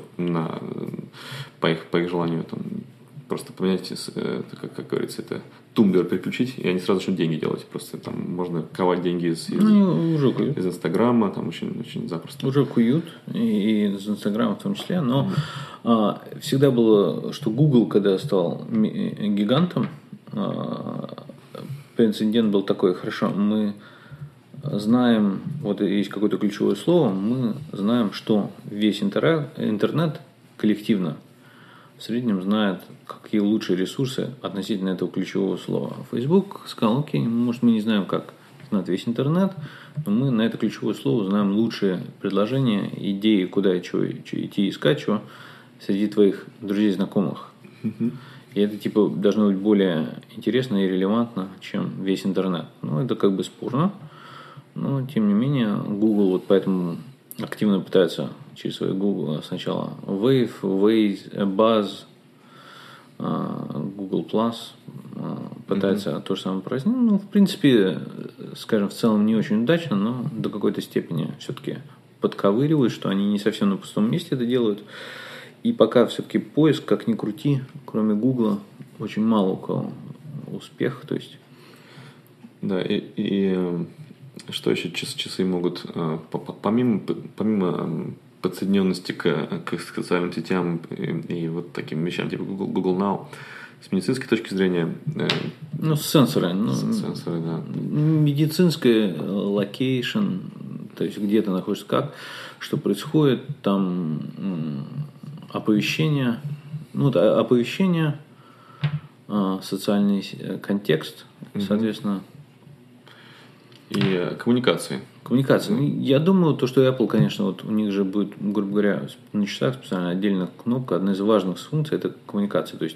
S1: по их желанию. Там, просто поменять, как говорится, это тумблер переключить, и они сразу начнут деньги делать. Просто там можно ковать деньги из Инстаграма, там очень запросто.
S2: Уже куют, и из Инстаграма в том числе. Но всегда было, что Google, когда стал гигантом, прецедент был такой: хорошо, мы знаем, вот есть какое-то ключевое слово, мы знаем, что весь интернет коллективно в среднем знает, какие лучшие ресурсы относительно этого ключевого слова. Facebook сказал: окей, может, мы не знаем, как знает весь интернет, но мы на это ключевое слово знаем лучшие предложения, идеи, куда и чего идти искать, чего среди твоих друзей, знакомых. И это типа должно быть более интересно и релевантно, чем весь интернет. Ну, это как бы спорно, но тем не менее Google вот поэтому активно пытается через свой Google сначала Wave, Waze, Buzz, Google Plus пытается то же самое произвести. Ну, в принципе, скажем, в целом не очень удачно, но до какой-то степени все-таки подковыривают, что они не совсем на пустом месте это делают. И пока все-таки поиск, как ни крути, кроме Гугла, очень мало у кого успех. То есть...
S1: Да, и что еще часы могут, помимо подсоединенности к социальным сетям и вот таким вещам типа Google Now, с медицинской точки зрения...
S2: сенсоры.
S1: Сенсоры, да.
S2: Медицинская локейшн, то есть где ты находишься, как, что происходит, там оповещения, социальный контекст, соответственно.
S1: И коммуникации.
S2: Я думаю, то, что Apple, конечно, вот у них же будет, грубо говоря, на часах специально отдельная кнопка, одна из важных функций – это коммуникация. То есть,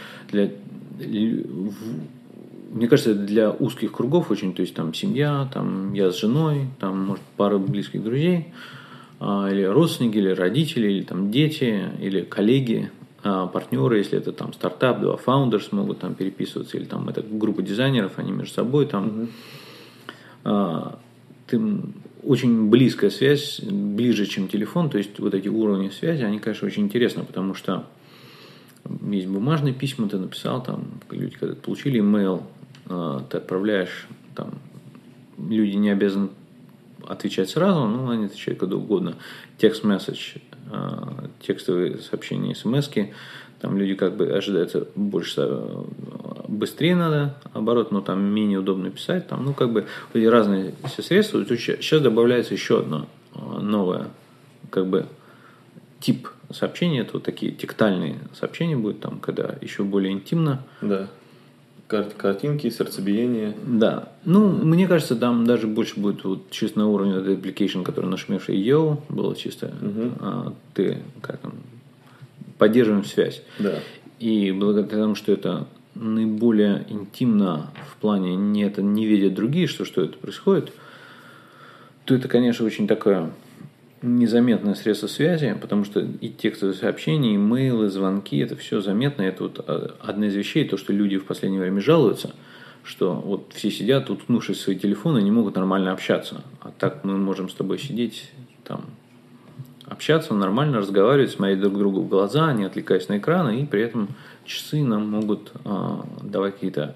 S2: мне кажется, для узких кругов очень, то есть, там семья, там я с женой, там, может, пара близких друзей, или родственники, или родители, или там дети, или коллеги, партнеры, если это там стартап, два founders могут там переписываться, или там это группа дизайнеров, они между собой там. Очень близкая связь, ближе, чем телефон, то есть вот эти уровни связи, они, конечно, очень интересны, потому что есть бумажные письма, ты написал, там люди когда получили имейл, ты отправляешь, там люди не обязаны отвечать сразу, но они отвечают когда угодно. Текст-месседж, текстовые сообщения, смс-ки, там люди как бы ожидаются больше, быстрее надо, оборот, но там менее удобно писать, там, ну, как бы, эти разные все средства. Сейчас добавляется еще одно новое, как бы, тип сообщений, это вот такие тактильные сообщения будут, там, когда еще более интимно.
S1: Да. Картинки, сердцебиение.
S2: Да. Ну, мне кажется, там даже больше будет вот чисто на уровне этой application, который нашумевший Yo, было чисто, ты как там, поддерживаем связь.
S1: Да.
S2: И благодаря тому, что это наиболее интимно в плане не видят другие, что это происходит, то это, конечно, очень такое незаметное средство связи, потому что и текстовые сообщения, и имейлы, звонки, это все заметно. Это вот одна из вещей, то, что люди в последнее время жалуются, что вот все сидят, уткнувшись в свои телефоны, и не могут нормально общаться. А так мы можем с тобой сидеть, там, общаться, нормально разговаривать, смотреть друг другу в глаза, не отвлекаясь на экраны, и при этом часы нам могут давать какие-то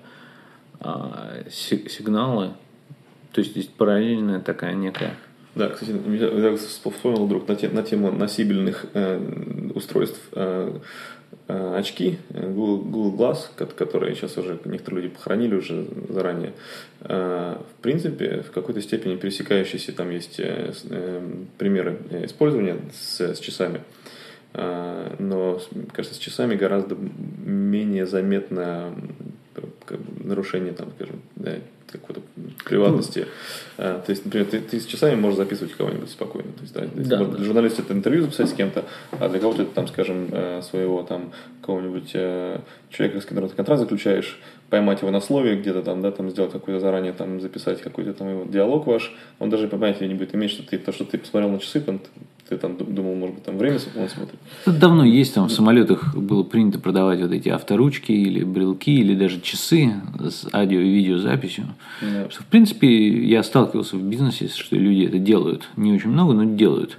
S2: сигналы. То есть здесь параллельная такая некая.
S1: Да, кстати, я вспомнил вдруг на тему носибельных устройств очки Google Glass, которые сейчас уже некоторые люди похоронили уже заранее. В принципе, в какой-то степени пересекающиеся там есть примеры использования с часами. Но, кажется, с часами гораздо менее заметно нарушение там, скажем, да, какой-то приватности. То есть, например, ты с часами можешь записывать кого-нибудь спокойно. То есть, да, для журналиста это интервью записать с кем-то, а для кого-то это, там, скажем, своего там какого-нибудь человека, с которым ты контракт заключаешь, поймать его на слове где-то там, да, там сделать какой-то заранее, там, записать какой-то там его диалог ваш, он даже понятия не будет иметь, что ты посмотрел на часы, там, ты там думал, может быть, там время он смотрит.
S2: Это давно есть, там в самолетах было принято продавать вот эти авторучки или брелки, или даже часы с аудио и видеозаписью. Да. Что, в принципе, я сталкивался в бизнесе, что люди это делают. Не очень много, но делают.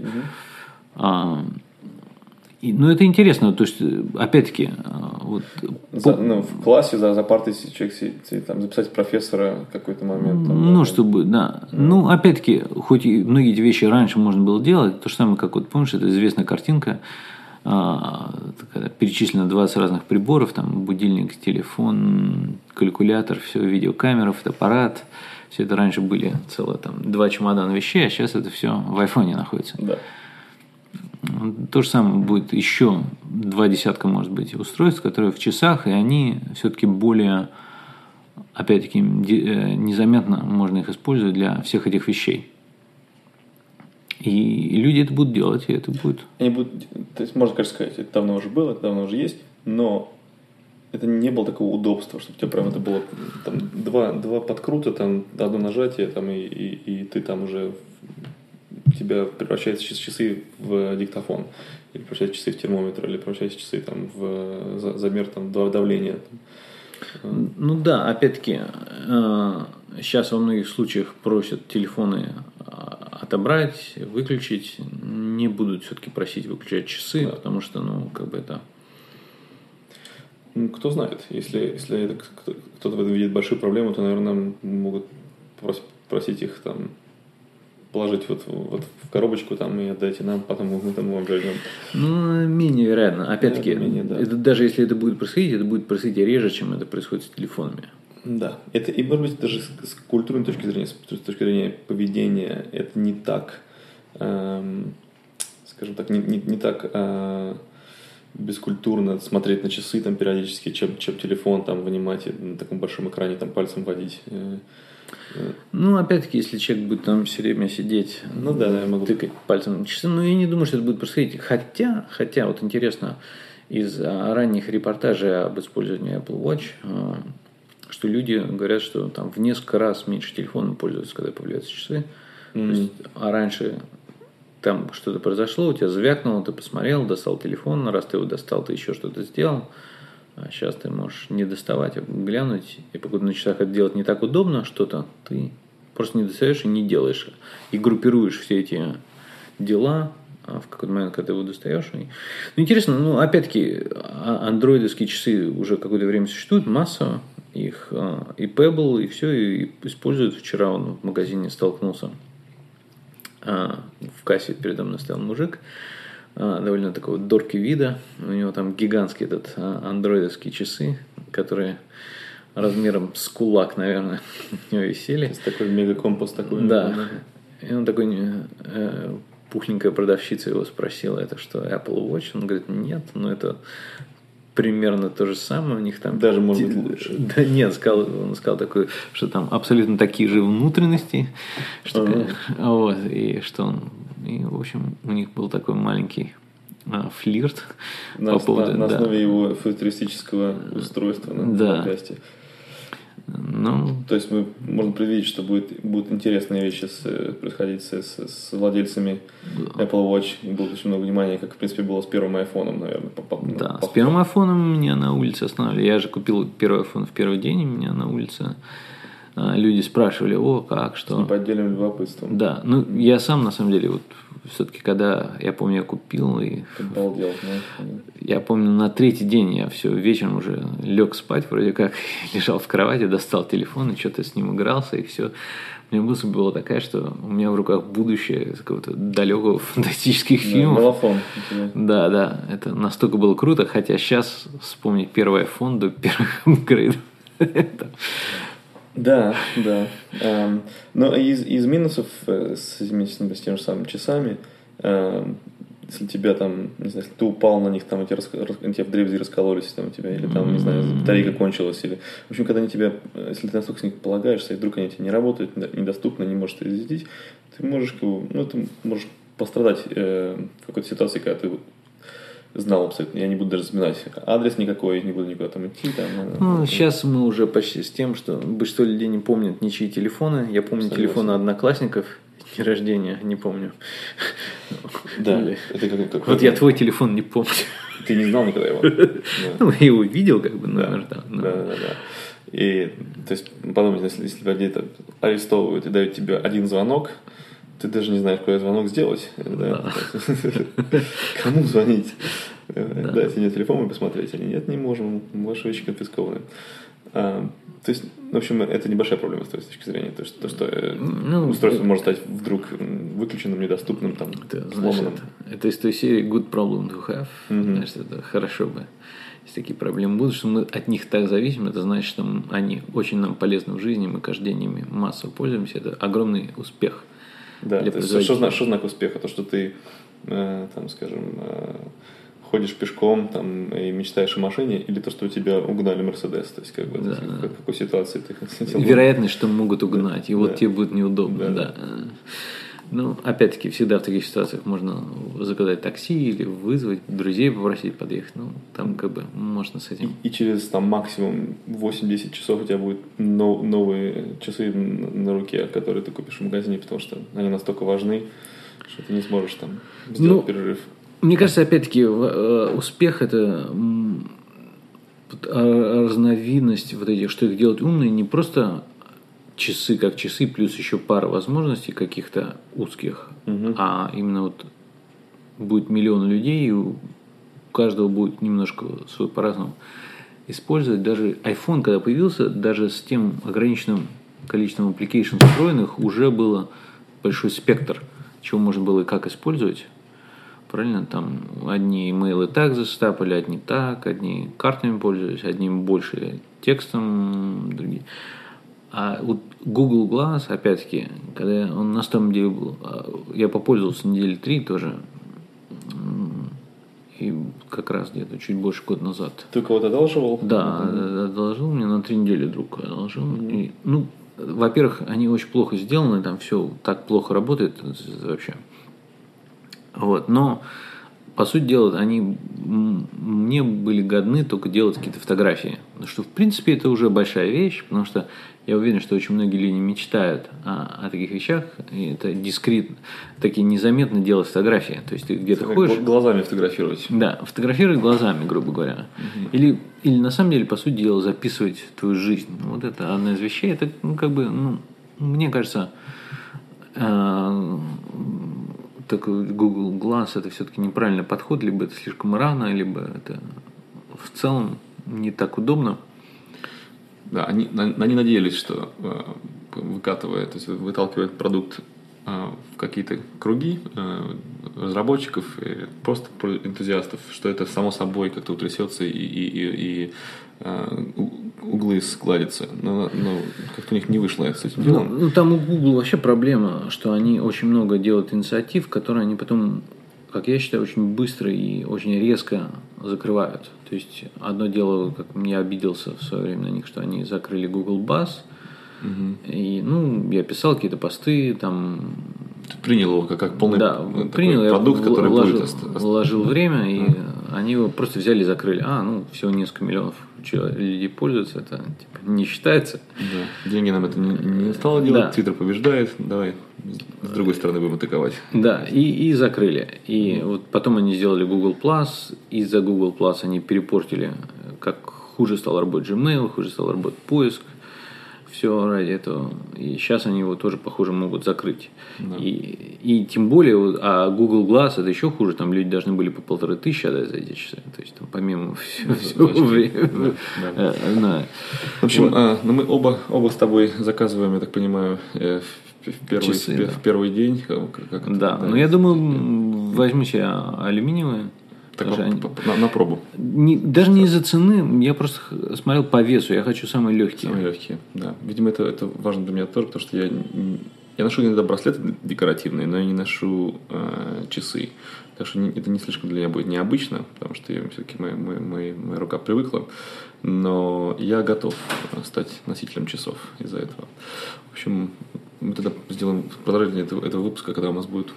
S2: Ну, это интересно, то есть, опять-таки, вот...
S1: в классе за партой человек сидит, там, записать профессора в какой-то момент. Там,
S2: ну, да, чтобы, да. Ну, опять-таки, хоть и многие эти вещи раньше можно было делать, то же самое, как вот, помнишь, это известная картинка, когда перечислено 20 разных приборов, там, будильник, телефон, калькулятор, все, видеокамера, фотоаппарат, все это раньше были целые, там, 2 чемодана вещей, а сейчас это все в айфоне находится.
S1: Да.
S2: То же самое будет еще 2 десятка, может быть, устройств, которые в часах, и они все-таки более, опять-таки, незаметно можно их использовать для всех этих вещей. И люди это будут делать, и это будет.
S1: Они будут, то есть, можно, конечно, сказать, это давно уже было, это давно уже есть, но это не было такого удобства, чтобы у тебя прям это было там, два подкрута, там, одно нажатие, там, и ты там уже тебя превращаются часы в диктофон, или превращаются часы в термометр, или превращаются часы там, в замер там, давления.
S2: Ну да, опять-таки, сейчас во многих случаях просят телефоны отобрать, выключить, не будут все-таки просить выключать часы, да. Потому что, ну, как бы это...
S1: Кто знает, если это кто-то в этом видит большую проблему, то, наверное, могут просить их там положить вот в коробочку там и отдайте нам, потом мы там вам вернем.
S2: Ну, менее вероятно. Опять-таки,
S1: да.
S2: это, даже если это будет происходить реже, чем это происходит с телефонами.
S1: Да. Это, и, может быть, даже с культурной точки зрения, с точки зрения поведения, это не так, скажем так, не так бескультурно смотреть на часы там периодически, чем телефон там вынимать и на таком большом экране там пальцем водить.
S2: Ну, опять-таки, если человек будет там все время сидеть,
S1: ну да, я могу
S2: тыкать пальцем на часы, но я не думаю, что это будет происходить. Хотя, вот интересно, из ранних репортажей об использовании Apple Watch, что люди говорят, что там в несколько раз меньше телефона пользуются, когда появляются часы. То есть, а раньше там что-то произошло, у тебя звякнуло, ты посмотрел, достал телефон, раз ты его достал, ты еще что-то сделал. А сейчас ты можешь не доставать, а глянуть, и покуда на часах это делать не так удобно, что-то ты просто не достаешь и не делаешь. И группируешь все эти дела в какой-то момент, когда ты его достаешь. Ну, интересно, ну, опять-таки, андроидовские часы уже какое-то время существуют, масса их, и Pebble, и все, и используют. Вчера он в магазине столкнулся, в кассе передо мной стоял мужик, довольно такого дорки вида. У него там гигантские андроидовские часы, которые размером с кулак, наверное, у него висели.
S1: То есть такой мегакомпас такой.
S2: Да. И он такой, пухленькая продавщица его спросила, это что, Apple Watch? Он говорит, нет, но это примерно то же самое, у них там...
S1: Даже может быть лучше.
S2: Да нет, он сказал такое, что там абсолютно такие же внутренности, что, вот, и что он... И, в общем, у них был такой маленький флирт
S1: на основе его футуристического устройства на запястье.
S2: Ну,
S1: то есть мы можем предвидеть, что будут интересные вещи происходить с владельцами Apple Watch. И будет очень много внимания, как, в принципе, было с первым айфоном, наверное.
S2: Да, с первым айфоном меня на улице останавливали. Я же купил первый iPhone в первый день, и меня на улице люди спрашивали, как, что.
S1: С неподдельным любопытством.
S2: Да, ну я сам, на самом деле, вот все-таки, когда, я помню, я купил, и
S1: обалдел,
S2: я помню, на третий день я все, вечером уже лег спать, вроде как, лежал в кровати, достал телефон, и что-то с ним игрался, и все. У меня мысль была такая, что у меня в руках будущее из какого-то далекого фантастических фильмов.
S1: Балафон.
S2: Да, это настолько было круто, хотя сейчас вспомнить первый iPhone до первых апгрейдов.
S1: Да. Но из минусов с теми же самыми часами, если тебя там, не знаю, если ты упал на них, там у тебя вдребезги раскололись, там у тебя, или там, не знаю, батарейка кончилась, или... В общем, когда они тебя, если ты настолько с них полагаешься, и вдруг они тебе не работают, недоступны, не можешь зарядить, ты можешь, ты можешь пострадать в какой-то ситуации, когда ты знал абсолютно. Я не буду даже вспоминать адрес никакой, не буду никуда там идти.
S2: Сейчас мы уже почти с тем, что большинство людей не помнят ничьи телефоны. Я помню телефоны одноклассников, дни рождения, не помню.
S1: Да.
S2: Вот я твой телефон не помню.
S1: Ты не знал никогда его?
S2: Ну, я его видел, как бы, номер там.
S1: Да. И, то есть, подумайте, если тебя где-то арестовывают и дают тебе один звонок, ты даже не знаешь, какой звонок сделать. Да. Кому звонить? Дайте мне телефон и посмотреть. Они, нет, не можем, ваши вещи конфискованы. То есть, в общем, это небольшая проблема с точки зрения. То, что устройство может стать вдруг выключенным, недоступным, там, сломанным.
S2: Это из той серии good problem to have. Значит, это хорошо бы. Если такие проблемы будут, что мы от них так зависим, это значит, что они очень нам полезны в жизни, мы каждый день ими массово пользуемся. Это огромный успех.
S1: Да, то есть, что знак успеха? То, что ты, там, скажем, ходишь пешком там, и мечтаешь о машине, или то, что у тебя угнали Мерседес? То есть, как бы, в какой ситуации ты хотел...
S2: Вероятность, что могут угнать, и вот тебе будет неудобно. Да. Ну, опять-таки, всегда в таких ситуациях можно заказать такси или вызвать друзей, попросить подъехать. Ну, там как бы можно с этим.
S1: И через там максимум 8-10 часов у тебя будут новые часы на руке, которые ты купишь в магазине, потому что они настолько важны. Что ты не сможешь там сделать перерыв.
S2: Мне кажется, опять-таки, успех – это разновидность вот этих, что их делать умные, не просто часы как часы, плюс еще пара возможностей каких-то узких, а именно вот будет миллион людей, и у каждого будет немножко свой по-разному использовать. Даже iPhone, когда появился, даже с тем ограниченным количеством application встроенных, уже было большой спектр, чего можно было и как использовать. Правильно? Там одни имейлы так застапали, одни так, одни картами пользовались, одни больше текстом, другие. А вот Google Glass, опять-таки, когда он на самом деле был, я попользовался недели 3 тоже, и как раз где-то чуть больше года назад.
S1: Ты кого-то одалживал?
S2: Да, одолжил, мне на 3 недели друг одолжил. И, во-первых, они очень плохо сделаны, там все так плохо работает вообще. Вот, но по сути дела, они мне были годны только делать какие-то фотографии. Что, в принципе, это уже большая вещь, потому что я уверен, что очень многие люди мечтают о таких вещах. И это дискретно, такие незаметно делать фотографии. То есть ты где-то ходишь...
S1: Глазами фотографировать.
S2: Да, фотографировать глазами, грубо говоря. Или на самом деле, по сути дела, записывать твою жизнь. Вот это одна из вещей. Это, мне кажется... такой Google Glass это все-таки неправильный подход, либо это слишком рано, либо это в целом не так удобно.
S1: Да, они надеялись, что выкатывая, то есть выталкивая продукт в какие-то круги разработчиков, просто энтузиастов, что это само собой как-то утрясется и углы складятся. Но как-то у них не вышло с этим делом.
S2: Там у Google вообще проблема, что они очень много делают инициатив, которые они потом, как я считаю, очень быстро и очень резко закрывают. То есть одно дело, как я обиделся в свое время на них, что они закрыли Google Buzz. И, я писал какие-то посты, там...
S1: Ты принял его как полный
S2: принял,
S1: продукт, который
S2: вложил время, и они его просто взяли и закрыли. Всего несколько миллионов людей пользуются, это не считается.
S1: Да. Деньги нам это не стало делать, Твиттер побеждает, давай с другой стороны будем атаковать.
S2: Да, и закрыли. И вот потом они сделали Google+, из-за Google+, они перепортили, как хуже стал работать Gmail, хуже стал работать поиск. Все ради этого. И сейчас они его тоже, похоже, могут закрыть. Да. И тем более, а Google Glass это еще хуже. Там люди должны были по 1500 отдать за эти часы. То есть, там, помимо всего времени.
S1: В общем, мы оба с тобой заказываем, я так понимаю, в первый день.
S2: Но я думаю, возьму себе алюминиевые.
S1: На пробу.
S2: Даже не из-за цены, я просто смотрел по весу, я хочу самые легкие.
S1: Самые легкие, да. Видимо, это важно для меня тоже, потому что я ношу иногда браслеты декоративные, но я не ношу часы. Так что это не слишком для меня будет необычно, потому что все-таки моя рука привыкла. Но я готов стать носителем часов из-за этого. В общем, мы тогда сделаем продолжение этого выпуска, когда у нас будет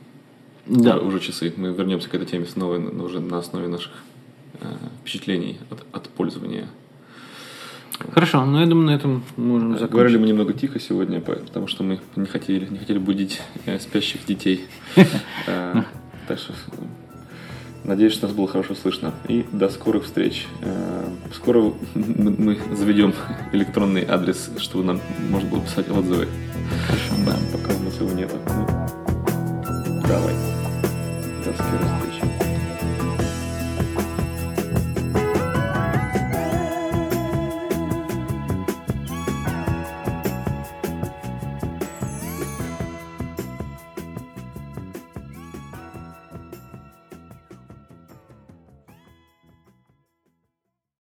S1: уже часы. Мы вернемся к этой теме снова, уже на основе наших впечатлений от пользования.
S2: Хорошо, я думаю, на этом можем закончить.
S1: Говорили мы немного тихо сегодня, потому что мы не хотели будить спящих детей. Так что надеюсь, что нас было хорошо слышно. И до скорых встреч. Скоро мы заведем электронный адрес, чтобы нам можно было писать отзывы.
S2: Хорошо, да.